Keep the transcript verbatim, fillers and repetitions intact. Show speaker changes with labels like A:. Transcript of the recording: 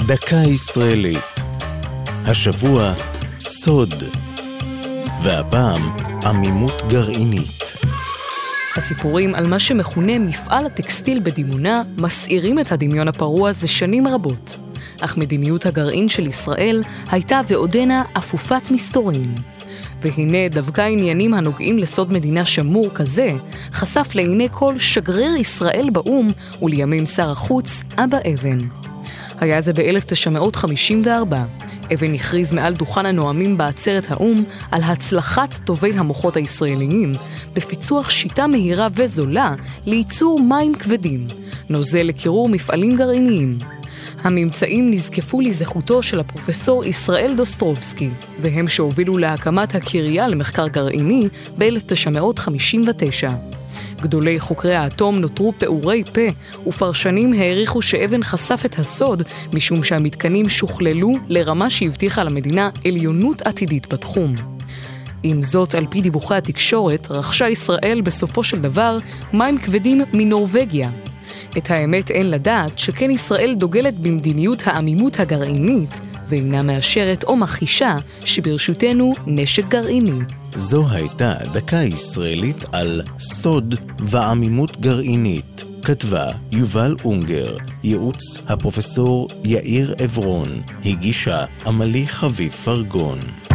A: דקה ישראלית. השבוע סוד, והפעם עמימות גרעינית.
B: הסיפורים על מה שמכונה מפעל הטקסטיל בדימונה מסעירים את הדמיון הפרוע זה שנים רבות. אך מדיניות הגרעין של ישראל הייתה ועודנה אפופת מסתורים. והנה דווקא עניינים הנוגעים לסוד מדינה שמור כזה, חשף לעיני כל שגריר ישראל באום ולימים שר החוץ אבא אבן. היה זה ב-אלף תשע מאות חמישים וארבע. אבן הכריז מעל דוכן הנואמים בעצרת האום על הצלחת טובי המוחות הישראליים בפיצוח שיטה מהירה וזולה לייצור מים כבדים, נוזל לקירור מפעלים גרעיניים. הממצאים נזקפו לזכותו של הפרופסור ישראל דוסטרובסקי, והם שהובילו להקמת הקריה למחקר גרעיני ב-אלף תשע מאות חמישים ותשע. גדולי חוקרי האטום נותרו פעורי פה, ופרשנים העריכו שאבן חשף את הסוד משום שהמתקנים שוכללו לרמה שהבטיחה למדינה עליונות עתידית בתחום. עם זאת, על פי דיווחי התקשורת, רכשה ישראל בסופו של דבר מים כבדים מנורווגיה. את האמת אין לדעת שכן ישראל דוגלת במדיניות העמימות הגרעינית, ואינה מאשרת או מכחישה שברשותנו נשק גרעיני.
A: זו הייתה דקה ישראלית על סוד ועמימות גרעינית. כתבה יובל אונגר, ייעוץ הפרופסור יאיר עברון, הגישה עמלי חביב פרגון.